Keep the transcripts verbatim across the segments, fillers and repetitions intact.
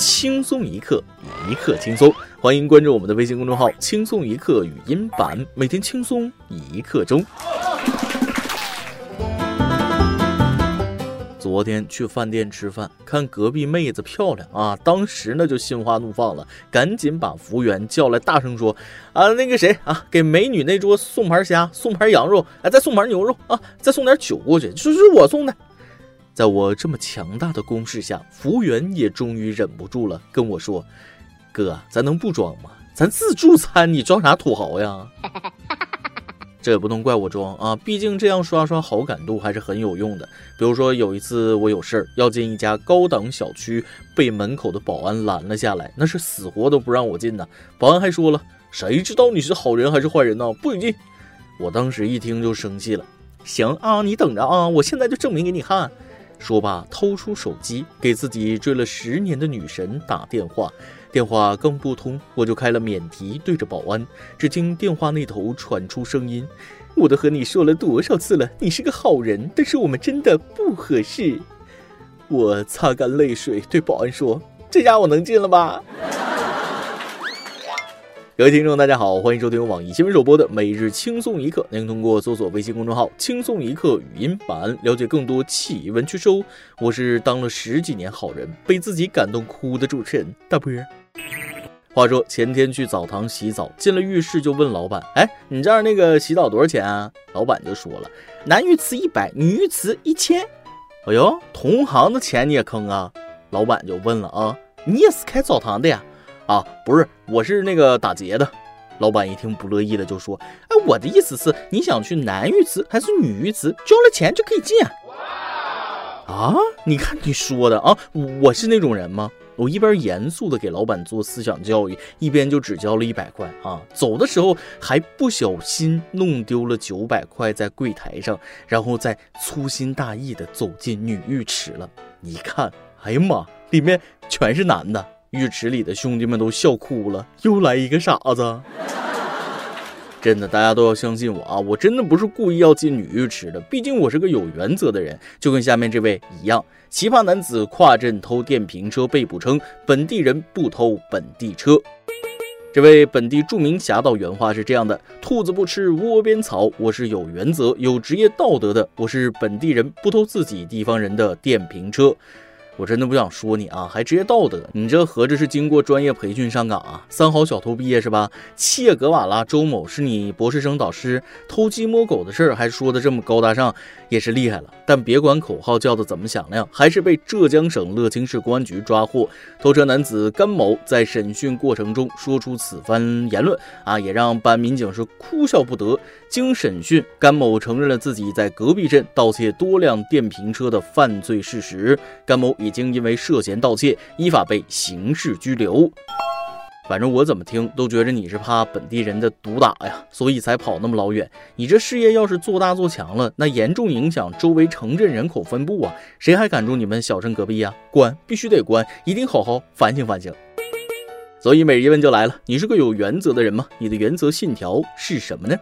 轻松一刻，一刻轻松。欢迎关注我们的微信公众号轻松一刻语音版，每天轻松一刻钟。昨天去饭店吃饭，看隔壁妹子漂亮啊，当时呢就心花怒放了，赶紧把服务员叫来，大声说啊，那个谁啊，给美女那桌送盘虾，送盘羊肉，哎，再送盘牛肉啊，再送点酒过去，这是我送的。在我这么强大的攻势下，服务员也终于忍不住了，跟我说，哥，咱能不装吗？咱自助餐，你装啥土豪呀？这也不能怪我装啊，毕竟这样刷刷好感度还是很有用的。比如说有一次我有事儿要进一家高档小区，被门口的保安拦了下来，那是死活都不让我进呢。保安还说了，谁知道你是好人还是坏人呢？不许进！我当时一听就生气了，行啊，你等着啊，我现在就证明给你看。说罢掏出手机，给自己追了十年的女神打电话。电话刚拨通，我就开了免提对着保安，只听电话那头传出声音，我都和你说了多少次了，你是个好人，但是我们真的不合适。我擦干泪水对保安说，这下我能进了吧？各位听众大家好，欢迎收听网易新闻首播的每日轻松一刻，您通过搜索微信公众号轻松一刻语音版了解更多奇闻趣事。我是当了十几年好人被自己感动哭的主持人大波。话说前天去澡堂洗澡，进了浴室就问老板，哎，你这儿那个洗澡多少钱啊？老板就说了，男浴池一百，女浴池一千。哎呦，同行的钱你也坑啊？老板就问了啊，你也是开澡堂的呀？啊，不是，我是那个打劫的。老板一听不乐意的就说，哎，我的意思是你想去男浴池还是女浴池，交了钱就可以进啊。啊，你看你说的啊，我是那种人吗？我一边严肃的给老板做思想教育，一边就只交了一百块啊。走的时候还不小心弄丢了九百块在柜台上，然后再粗心大意的走进女浴池了。一看，哎呀妈，里面全是男的。浴池里的兄弟们都笑哭了，又来一个傻子。真的，大家都要相信我啊，我真的不是故意要进女浴池的，毕竟我是个有原则的人，就跟下面这位一样。奇葩男子跨镇偷电瓶车被捕称本地人不偷本地车。这位本地著名侠盗原话是这样的，兔子不吃窝边草，我是有原则有职业道德的，我是本地人不偷自己地方人的电瓶车。我真的不想说你啊，还职业道德，你这合着是经过专业培训上岗啊？三好小偷毕业是吧？切格瓦拉周某是你博士生导师，偷鸡摸狗的事儿还说的这么高大上，也是厉害了。但别管口号叫的怎么响亮，还是被浙江省乐清市公安局抓获。偷车男子甘某在审讯过程中说出此番言论啊，也让办案民警是哭笑不得。经审讯，甘某承认了自己在隔壁镇盗窃多辆电瓶车的犯罪事实。甘某已经因为涉嫌盗窃依法被刑事拘留。反正我怎么听都觉得你是怕本地人的毒打呀，所以才跑那么老远。你这事业要是做大做强了，那严重影响周围城镇人口分布啊，谁还敢住你们小镇隔壁啊？关，必须得关，一定好好反省反省。所以每日一问就来了，你是个有原则的人吗？你的原则信条是什么呢？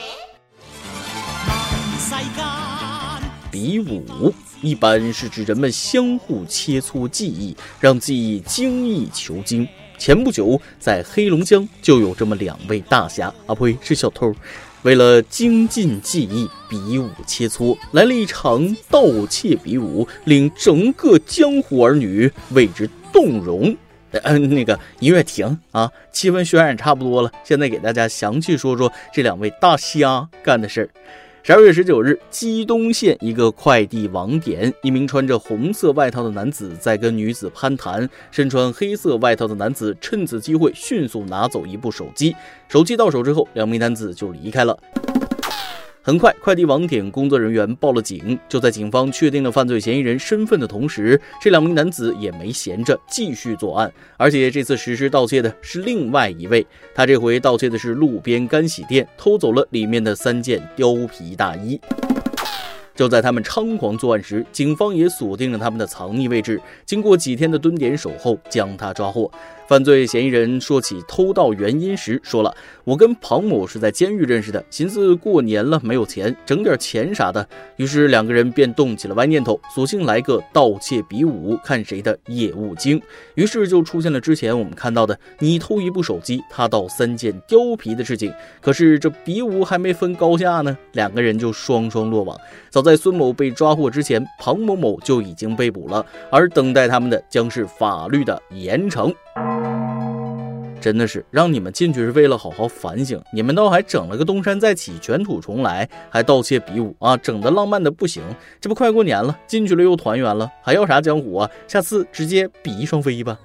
比武一般是指人们相互切磋技艺，让技艺精益求精。前不久在黑龙江就有这么两位大侠啊，呸，是小偷，为了精进技艺比武切磋，来了一场盗窃比武，令整个江湖儿女为之动容。呃，那个音乐停啊，气氛渲染差不多了，现在给大家详细说说这两位大侠干的事儿。十二月十九日，鸡东县一个快递网点，一名穿着红色外套的男子在跟女子攀谈，身穿黑色外套的男子趁此机会迅速拿走一部手机，手机到手之后，两名男子就离开了。很快，快递网点工作人员报了警。就在警方确定了犯罪嫌疑人身份的同时，这两名男子也没闲着，继续作案。而且这次实施盗窃的是另外一位，他这回盗窃的是路边干洗店，偷走了里面的三件貂皮大衣。就在他们猖狂作案时，警方也锁定了他们的藏匿位置，经过几天的蹲点守候，将他抓获。 犯罪嫌疑人说起偷盗原因时说了，我跟庞某是在监狱认识的，寻思过年了没有钱，整点钱啥的，于是两个人便动起了歪念头，索性来个盗窃比武，看谁的业务精。于是就出现了之前我们看到的你偷一部手机，他盗三件貂皮的事情。可是这比武还没分高下呢，两个人就双双落网。早在孙某被抓获之前，庞某某就已经被捕了，而等待他们的将是法律的严惩。真的是让你们进去是为了好好反省，你们倒还整了个东山再起，卷土重来，还盗窃比武啊，整得浪漫的不行。这不快过年了，进去了又团圆了，还要啥江湖啊？下次直接比翼双飞吧。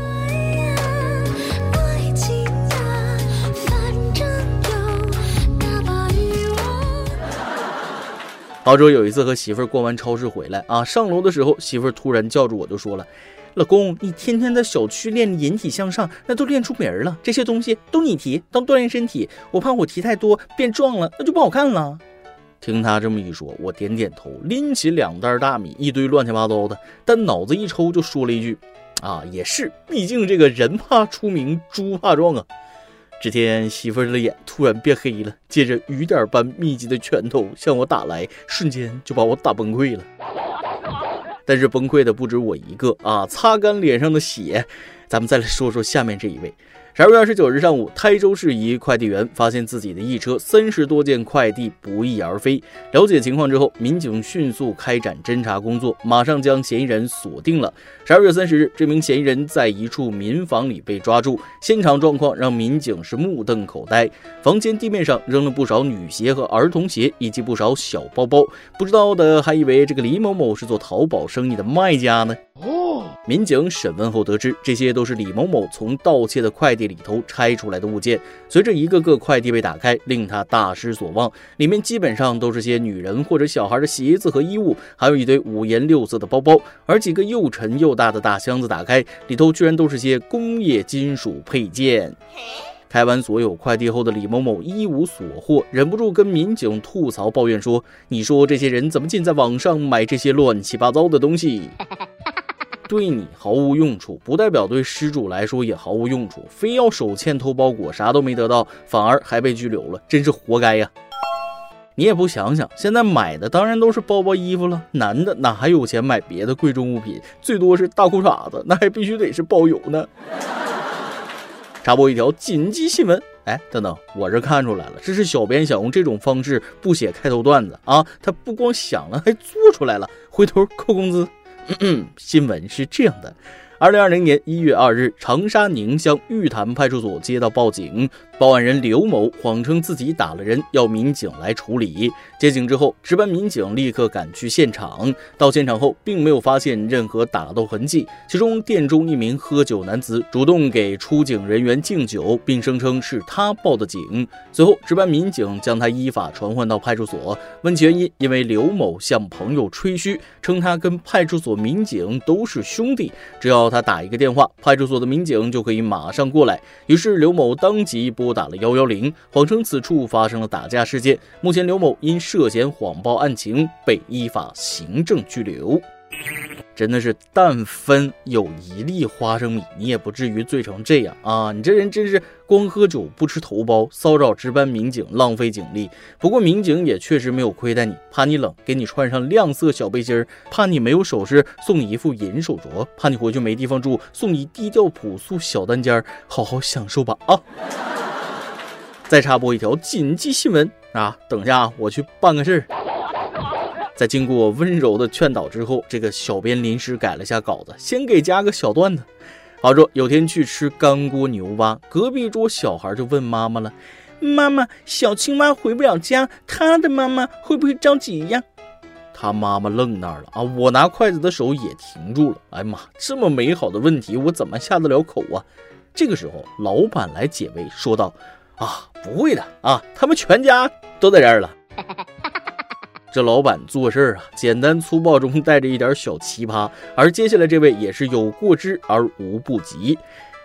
澳洲有一次和媳妇儿逛完超市回来啊，上楼的时候媳妇儿突然叫住我就说了，老公，你天天在小区练引体向上，那都练出名了，这些东西都你提，当锻炼身体，我怕我提太多变壮了，那就不好看了。听他这么一说，我点点头，拎起两袋大米，一堆乱七八糟的，但脑子一抽就说了一句啊，也是，毕竟这个人怕出名猪怕壮啊。只见媳妇儿的脸突然变黑了，接着雨点般密集的拳头向我打来，瞬间就把我打崩溃了。但是崩溃的不止我一个啊！擦干脸上的血，咱们再来说说下面这一位。十二月二十九日上午，台州市一快递员发现自己的一车三十多件快递不翼而飞。了解情况之后，民警迅速开展侦查工作，马上将嫌疑人锁定了。十二月三十日，这名嫌疑人在一处民房里被抓住，现场状况让民警是目瞪口呆。房间地面上扔了不少女鞋和儿童鞋，以及不少小包包。不知道的还以为这个李某某是做淘宝生意的卖家呢。民警审问后得知，这些都是李某某从盗窃的快递里头拆出来的物件。随着一个个快递被打开，令他大失所望，里面基本上都是些女人或者小孩的鞋子和衣物，还有一堆五颜六色的包包，而几个又沉又大的大箱子打开，里头居然都是些工业金属配件。开完所有快递后的李某某一无所获，忍不住跟民警吐槽抱怨说，你说这些人怎么尽在网上买这些乱七八糟的东西？对你毫无用处，不代表对失主来说也毫无用处，非要手欠偷包裹，啥都没得到，反而还被拘留了，真是活该呀！你也不想想，现在买的当然都是包包衣服了，男的哪还有钱买别的贵重物品，最多是大裤衩子，那还必须得是包邮呢。插播一条紧急新闻，哎，等等，我这看出来了，这是小编想用这种方式不写开头段子啊，他不光想了，还做出来了，回头扣工资。嗯嗯，新闻是这样的。二零二零年一月二日，长沙宁乡玉潭派出所接到报警，报案人刘某谎称自己打了人，要民警来处理。接警之后，值班民警立刻赶去现场。到现场后，并没有发现任何打斗痕迹。其中，店中一名喝酒男子主动给出警人员敬酒，并声称是他报的警。随后，值班民警将他依法传唤到派出所。问其原因，因为刘某向朋友吹嘘，称他跟派出所民警都是兄弟，只要他打一个电话，派出所的民警就可以马上过来。于是刘某当即拨打了一一零，谎称此处发生了打架事件。目前刘某因涉嫌谎报案情被依法行政拘留。真的是但分有一粒花生米，你也不至于醉成这样啊！你这人真是光喝酒不吃头孢，骚扰值班民警，浪费警力。不过民警也确实没有亏待你，怕你冷给你穿上亮色小背心，怕你没有首饰送你一副银手镯，怕你回去没地方住送你低调朴素小单间，好好享受吧啊！再插播一条紧急新闻啊！等下我去办个事儿。在经过温柔的劝导之后，这个小编临时改了下稿子，先给加个小段子。好说有天去吃干锅牛蛙，隔壁桌小孩就问妈妈了：“妈妈，小青蛙回不了家，他的妈妈会不会着急呀？”他妈妈愣那儿了啊！我拿筷子的手也停住了。哎妈，这么美好的问题，我怎么下得了口啊？这个时候，老板来解围，说道：“啊，不会的啊，他们全家都在这儿了。”这老板做事啊，简单粗暴中带着一点小奇葩，而接下来这位也是有过之而无不及。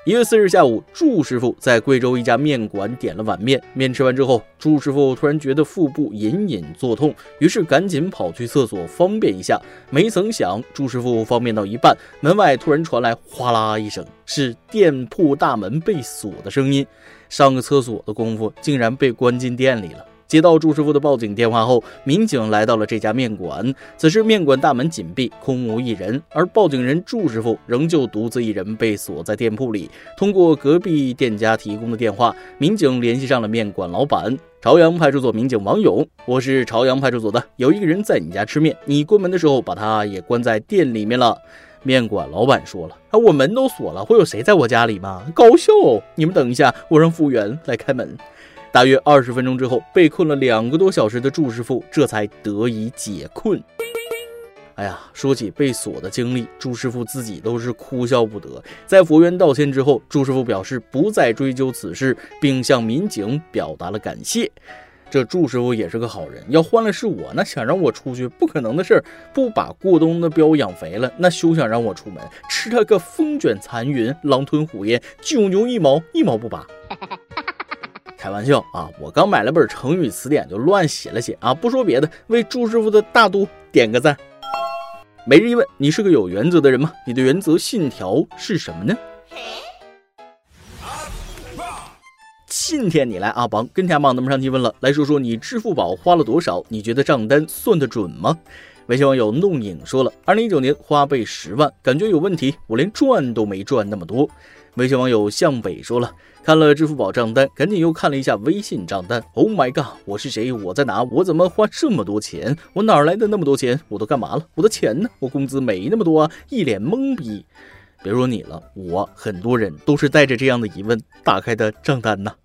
一月四日下午，祝师傅在贵州一家面馆点了碗面，面吃完之后，祝师傅突然觉得腹部隐隐作痛，于是赶紧跑去厕所方便一下。没曾想，祝师傅方便到一半，门外突然传来哗啦一声，是店铺大门被锁的声音。上个厕所的功夫，竟然被关进店里了。接到祝师傅的报警电话后，民警来到了这家面馆。此时面馆大门紧闭，空无一人，而报警人祝师傅仍旧独自一人被锁在店铺里。通过隔壁店家提供的电话，民警联系上了面馆老板。朝阳派出所民警王勇，我是朝阳派出所的，有一个人在你家吃面，你关门的时候把他也关在店里面了。面馆老板说了，啊，我门都锁了，会有谁在我家里吗？高效哦！你们等一下，我让服务员来开门。大约二十分钟之后，被困了两个多小时的祝师傅这才得以解困。哎呀，说起被锁的经历，祝师傅自己都是哭笑不得。在服务员道歉之后，祝师傅表示不再追究此事，并向民警表达了感谢。这祝师傅也是个好人，要换了是我，那想让我出去不可能的事儿，不把过冬的膘养肥了，那休想让我出门，吃他个风卷残云，狼吞虎咽，九牛一毛，一毛不拔。开玩笑啊！我刚买了本成语词典就乱写了写啊！不说别的，为祝师傅的大度点个赞。每日一问，你是个有原则的人吗？你的原则信条是什么呢？今天你来阿邦跟天榜那么上提问了，来说说你支付宝花了多少？你觉得账单算得准吗？微信网友弄影说了，二零一九年花呗十万，感觉有问题，我连赚都没赚那么多。微信网友向北说了，看了支付宝账单，赶紧又看了一下微信账单。Oh my god， 我是谁？我在哪？我怎么花这么多钱？我哪来的那么多钱？我都干嘛了？我的钱呢？我工资没那么多啊！一脸懵逼。别说你了，我很多人都是带着这样的疑问打开的账单呢。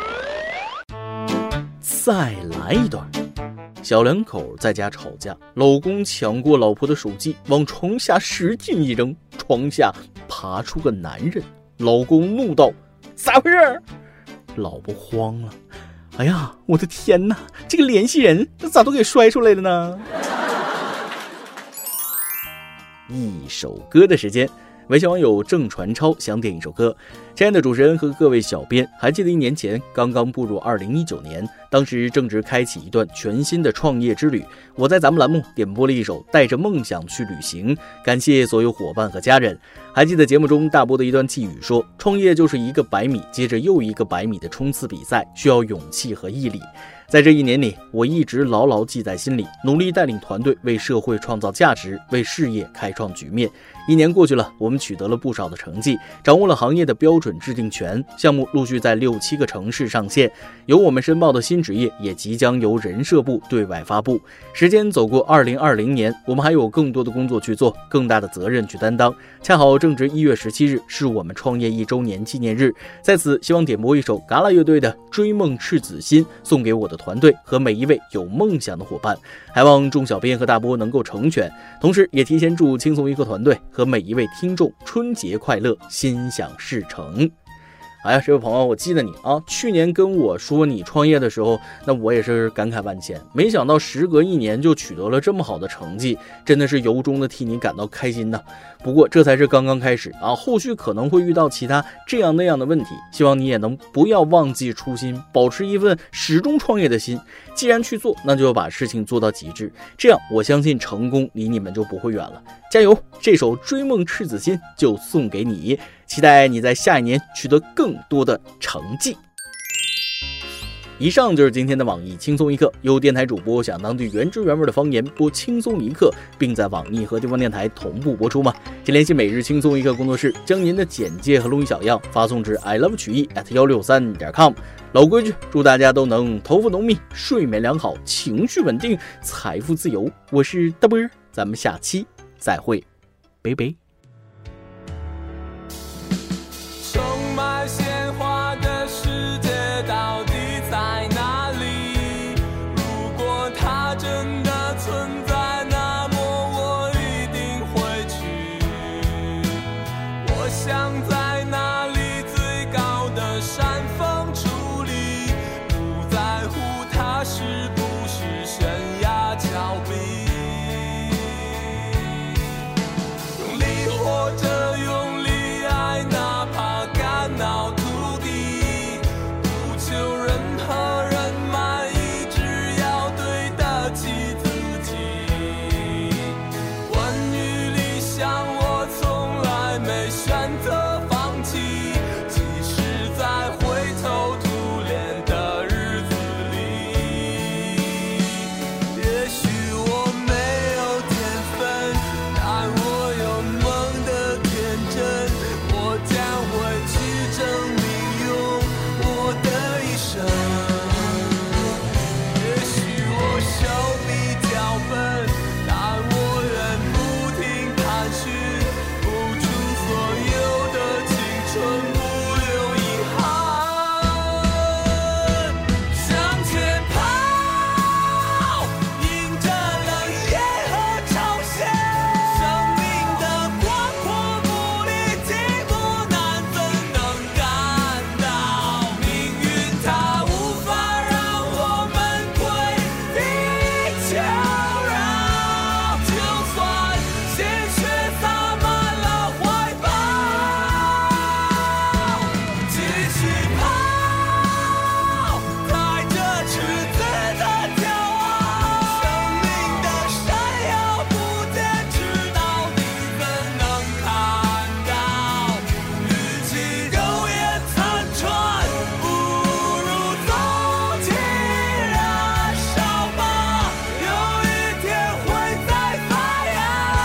再来一段。小两口在家吵架，老公抢过老婆的手机，往床下使劲一扔，床下爬出个男人。老公怒道：咋回事？老婆慌了，哎呀，我的天哪，这个联系人咋都给摔出来了呢？一首歌的时间，微信网友郑传超想点一首歌。亲爱的主持人和各位小编，还记得一年前刚刚步入二零一九年，当时正值开启一段全新的创业之旅，我在咱们栏目点播了一首带着梦想去旅行，感谢所有伙伴和家人。还记得节目中大波的一段寄语说，创业就是一个百米接着又一个百米的冲刺比赛，需要勇气和毅力。在这一年里，我一直牢牢记在心里，努力带领团队为社会创造价值，为事业开创局面。一年过去了，我们取得了不少的成绩，掌握了行业的标准制定权，项目陆续在六七个城市上线，有我们申报的新职业也即将由人社部对外发布。时间走过二零二零年，我们还有更多的工作去做，更大的责任去担当。恰好正值一月十七日是我们创业一周年纪念日，在此希望点播一首嘎啦乐队的《追梦赤子心》，送给我的团队和每一位有梦想的伙伴，还望众小编和大波能够成全，同时也提前祝轻松一刻团队和每一位听众春节快乐，心想事成。哎呀，这位朋友，我记得你啊，去年跟我说你创业的时候，那我也是感慨万千，没想到时隔一年就取得了这么好的成绩，真的是由衷的替你感到开心呐。不过这才是刚刚开始啊，后续可能会遇到其他这样那样的问题，希望你也能不要忘记初心，保持一份始终创业的心。既然去做，那就要把事情做到极致，这样我相信成功离你们就不会远了。加油！这首《追梦赤子心》就送给你，期待你在下一年取得更多的成绩。以上就是今天的网易轻松一刻，有电台主播想当地原汁原味的方言播轻松一刻，并在网易和地方电台同步播出吗？请联系每日轻松一刻工作室，将您的简介和录音小样发送至 i love 曲艺 at 一六三点 com。老规矩，祝大家都能头发浓密，睡眠良好，情绪稳定，财富自由。我是大波，咱们下期再会，拜拜。 充满鲜花的世界到底在哪里？如果它真的存在，那么我一定会去。我想在那里最高的山峰矗立，不在乎它是不是悬崖峭壁。用力活着，用力爱，哪怕该会选择放弃，即使在灰头土脸的日子里。也许我没有天分，但我有梦的天真，我将会去证明用我的一生。也许我手比较笨，但我愿不停探寻，付出所有的青春，不留遗憾。向前跑，迎着冷夜和潮汐，生命的广阔不离寂寞难怎能感到？命运它无法让我们归地求饶，就算鲜血洒满了怀抱，继续跑，带着赤子的骄傲。生命的闪耀不坚持到底，怎能看到？与其苟延残喘，不如纵情燃烧吧，有一天会再发芽。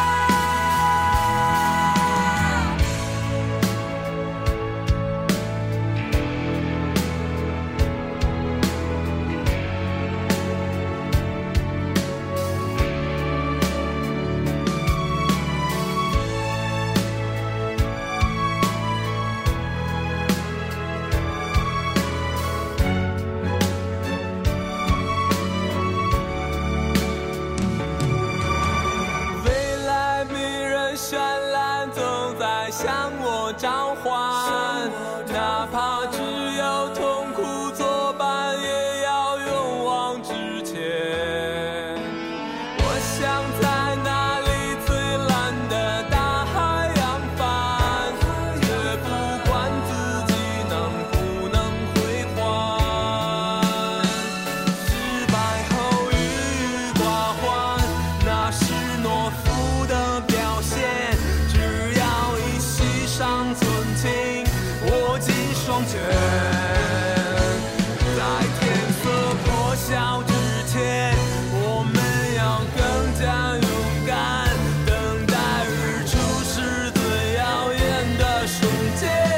未来迷人绚烂，总在向我召唤，哪怕只有痛苦作伴，也要勇往直前。我想在那里最蓝的大海扬帆，却不管自己能不能归还。失败后郁郁寡欢，那是懦夫的表现。只要一息尚存情，握紧双拳，在天色破晓之前，我们要更加勇敢，等待日出是最耀眼的瞬间。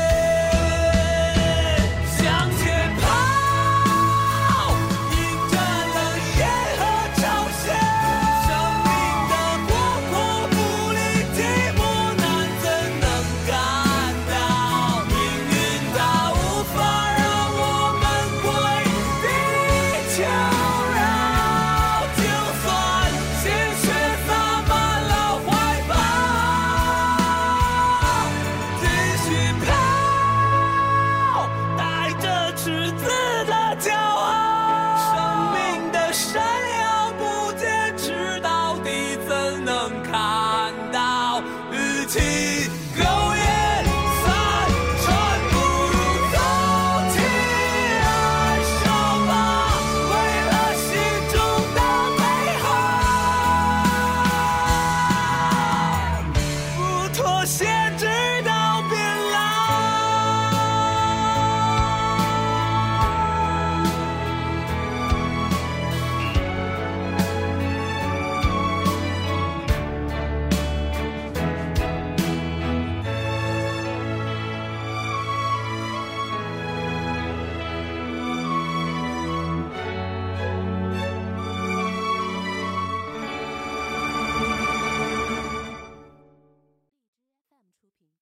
向前跑，迎着冷夜和潮汐，生命的广阔不离寂寞难怎能感到？命运它无法让我们归地求饶，就算鲜血洒满了怀抱，继续跑，带着赤子的骄傲。生命的闪耀不坚持到底，怎能看到？与其苟延残喘，不如纵情燃烧吧，为了心中的美好，不妥协。